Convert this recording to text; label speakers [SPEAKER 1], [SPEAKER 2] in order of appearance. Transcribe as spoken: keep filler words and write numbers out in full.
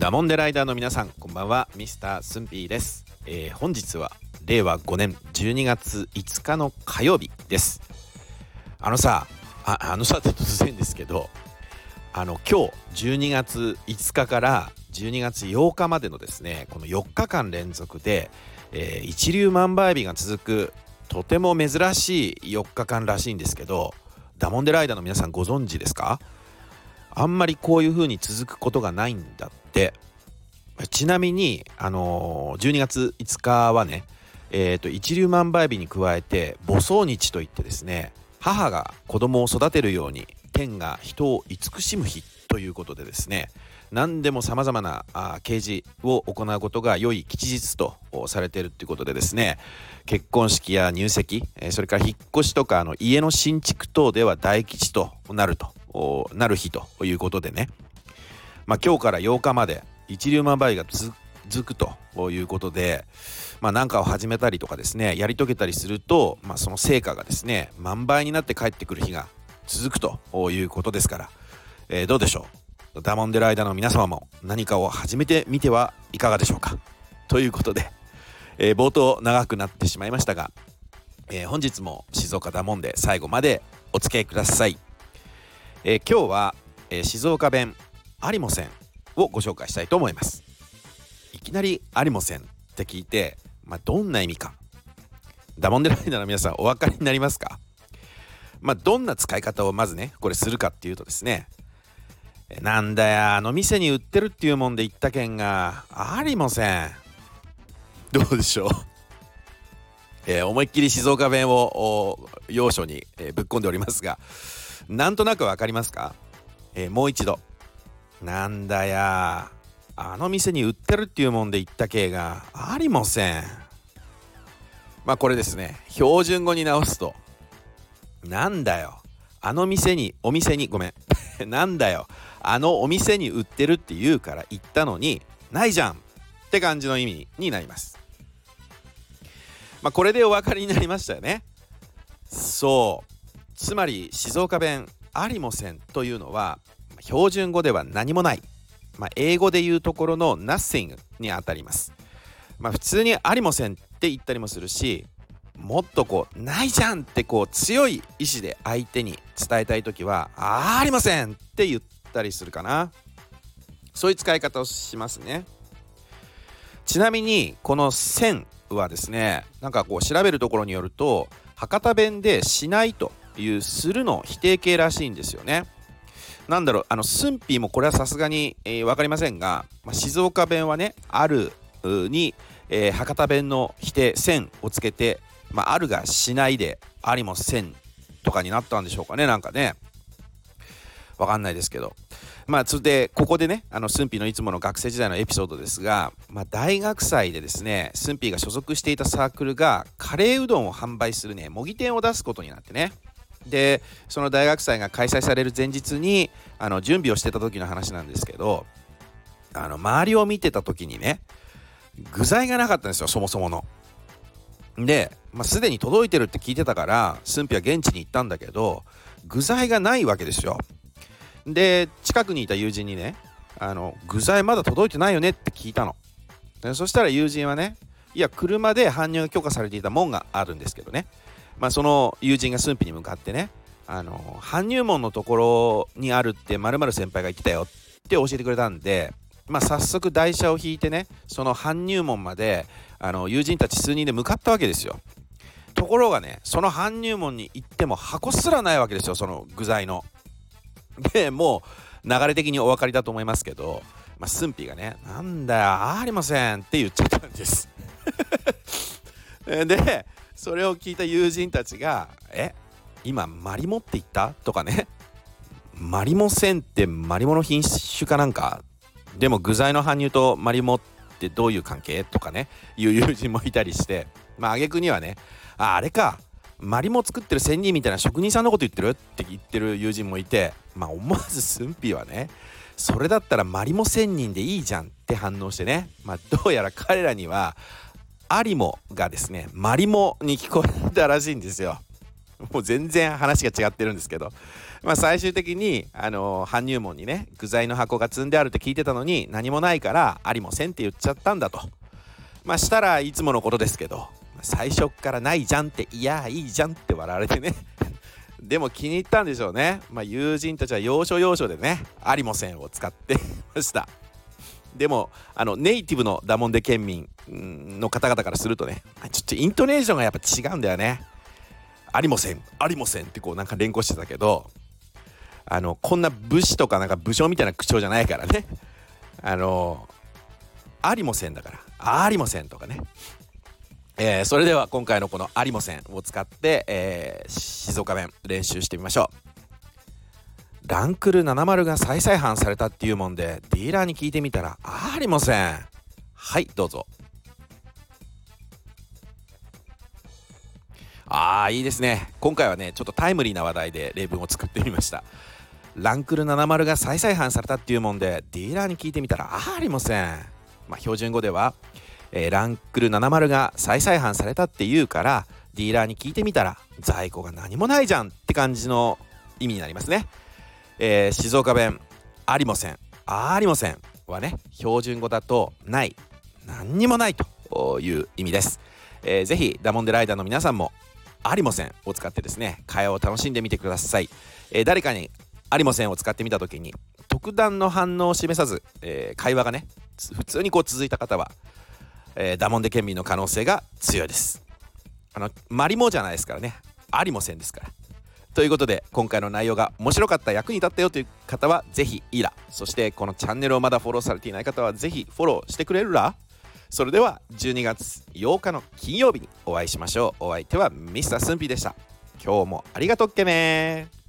[SPEAKER 1] ダモンデライダーの皆さん、こんばんは。ミスタースンピーです。えー、本日はれいわごねんじゅうにがついつかの火曜日です。あのさあ、あのさって突然ですけど、あの今日じゅうにがついつかからじゅうにがつようかまでのですね、このよっかかん連続で、えー、一粒万倍日が続くとても珍しいよっかかんらしいんですけど、ダモンデライダーの皆さんご存知ですか？あんまりこういう風に続くことがないんだって。ちなみに、あのー、じゅうにがついつかはね、えーと、一粒万倍日に加えて母葬日といってですね、母が子供を育てるように天が人を慈しむ日ということでですね、何でもさまざまな啓示を行うことが良い吉日とされているということでですね、結婚式や入籍、それから引っ越しとかあの家の新築等では大吉となるとなる日ということでね、まあ、今日からようかまで一粒万倍日が続くということで、まあ、何かを始めたりとかですね、やり遂げたりすると、まあ、その成果がですね万倍になって帰ってくる日が続くということですから、えー、どうでしょう、ダモンデライダーの皆様も何かを始めてみてはいかがでしょうか。ということで、えー、冒頭長くなってしまいましたが、えー、本日も静岡ダモンで最後までお付き合いください。えー、今日は、えー、静岡弁ありもせんをご紹介したいと思います。いきなりありもせんって聞いて、まあ、どんな意味かダモンデライダーの皆さんお分かりになりますか？まあ、どんな使い方をまずねこれするかっていうとですね、なんだよあの店に売ってるっていうもんで行ったけんがありもせん。どうでしょう、えー、思いっきり静岡弁を要所に、えー、ぶっ込んでおりますが、なんとなくわかりますか？えー、もう一度、なんだやあの店に売ってるっていうもんで行ったけがありもせん。まあこれですね、標準語に直すと、なんだよあの店にお店にごめんなんだよあのお店に売ってるって言うから行ったのにないじゃんって感じの意味になります。まあこれでお分かりになりましたよね。そう、つまり静岡弁ありもせんというのは標準語では何もない、まあ、英語で言うところの nothing にあたります。まあ普通にありもせんって言ったりもするし、もっとこうないじゃんってこう強い意志で相手に伝えたいときは あ, ありませんって言ったりするかな。そういう使い方をしますね。ちなみにこの線はですね、なんかこう調べるところによると博多弁でしないというするの否定形らしいんですよね。なんだろう、あのスンピーもこれはさすがに、えー、分かりませんが、まあ、静岡弁はねあるに、えー、博多弁の否定線をつけて、まあ、あるがしないでありもせんとかになったんでしょうかね。なんかねわかんないですけど、まあそれでここでね、あのスンピーのいつもの学生時代のエピソードですが、まあ、大学祭でですねスンピーが所属していたサークルがカレーうどんを販売するね模擬店を出すことになってね、でその大学祭が開催される前日にあの準備をしてた時の話なんですけど、あの周りを見てた時にね具材がなかったんですよ、そもそもの。で、まあ、すでに届いてるって聞いてたからスンピは現地に行ったんだけど具材がないわけですよ。で近くにいた友人にね、あの具材まだ届いてないよねって聞いたの。でそしたら友人はね、いや車で搬入が許可されていた門があるんですけどね、まあ、その友人がスンピに向かってね、あの搬入門のところにあるって〇〇先輩が言ってたよって教えてくれたんで、まあ、早速台車を引いてねその搬入門まであの友人たち数人で向かったわけですよ。ところがね、その搬入門に行っても箱すらないわけですよ、その具材の。でもう流れ的にお分かりだと思いますけど、まあ、スンピがねなんだよありませんって言っちゃったんですでそれを聞いた友人たちがえ今マリモって言ったとかね、マリモ線ってマリモの品種かなんか、でも具材の搬入とマリモってどういう関係とかねいう友人もいたりして、まあ挙句にはね、ああれかマリモ作ってる仙人みたいな職人さんのこと言ってるって言ってる友人もいて、まあ思わずスンピはねそれだったらマリモ仙人でいいじゃんって反応してね、まあどうやら彼らにはアリモがですねマリモに聞こえたらしいんですよ。 もう全然話が違ってるんですけど、まあ、最終的に、あのー、搬入門にね具材の箱が積んであるって聞いてたのに何もないからありもせんって言っちゃったんだと。まあしたらいつものことですけど、最初っからないじゃんって、いやいいじゃんって笑われてねでも気に入ったんでしょうね。まあ、友人たちは要所要所でねありもせんを使ってました。でもあのネイティブのダモンデ県民の方々からするとね、ちょっとイントネーションがやっぱ違うんだよね。ありもせんありもせんってこうなんか連呼してたけど、あのこんな武士とかなんか武将みたいな口調じゃないからね、あのありもせんだからありもせんとかね。えー、それでは今回のこのありもせんを使って、えー、静岡弁練習してみましょう。ランクルななじゅうが再々販されたっていうもんでディーラーに聞いてみたらありもせん。はいどうぞ。あーいいですね。今回はねちょっとタイムリーな話題で例文を作ってみました。ランクルななじゅうが再々販されたっていうもんでディーラーに聞いてみたらありもせん。まあ標準語ではえー、ランクルななじゅうが再々販されたって言うからディーラーに聞いてみたら在庫が何もないじゃんって感じの意味になりますね。えー、静岡弁ありもせんありもせんはね標準語だとない何にもないという意味です。えー、ぜひダモンデライダーの皆さんもありもせんを使ってですね会話を楽しんでみてください。えー、誰かにありもせんを使ってみた時に特段の反応を示さず、えー、会話がね普通にこう続いた方はえー、ダモンデ県民の可能性が強いです。あのマリモじゃないですからね、ありもせんですから。ということで今回の内容が面白かった、役に立ったよという方はぜひいいら、そしてこのチャンネルをまだフォローされていない方はぜひフォローしてくれるら。それではじゅうにがつようかの金曜日にお会いしましょう。お相手はミスタースンピーでした。今日もありがとっけねー。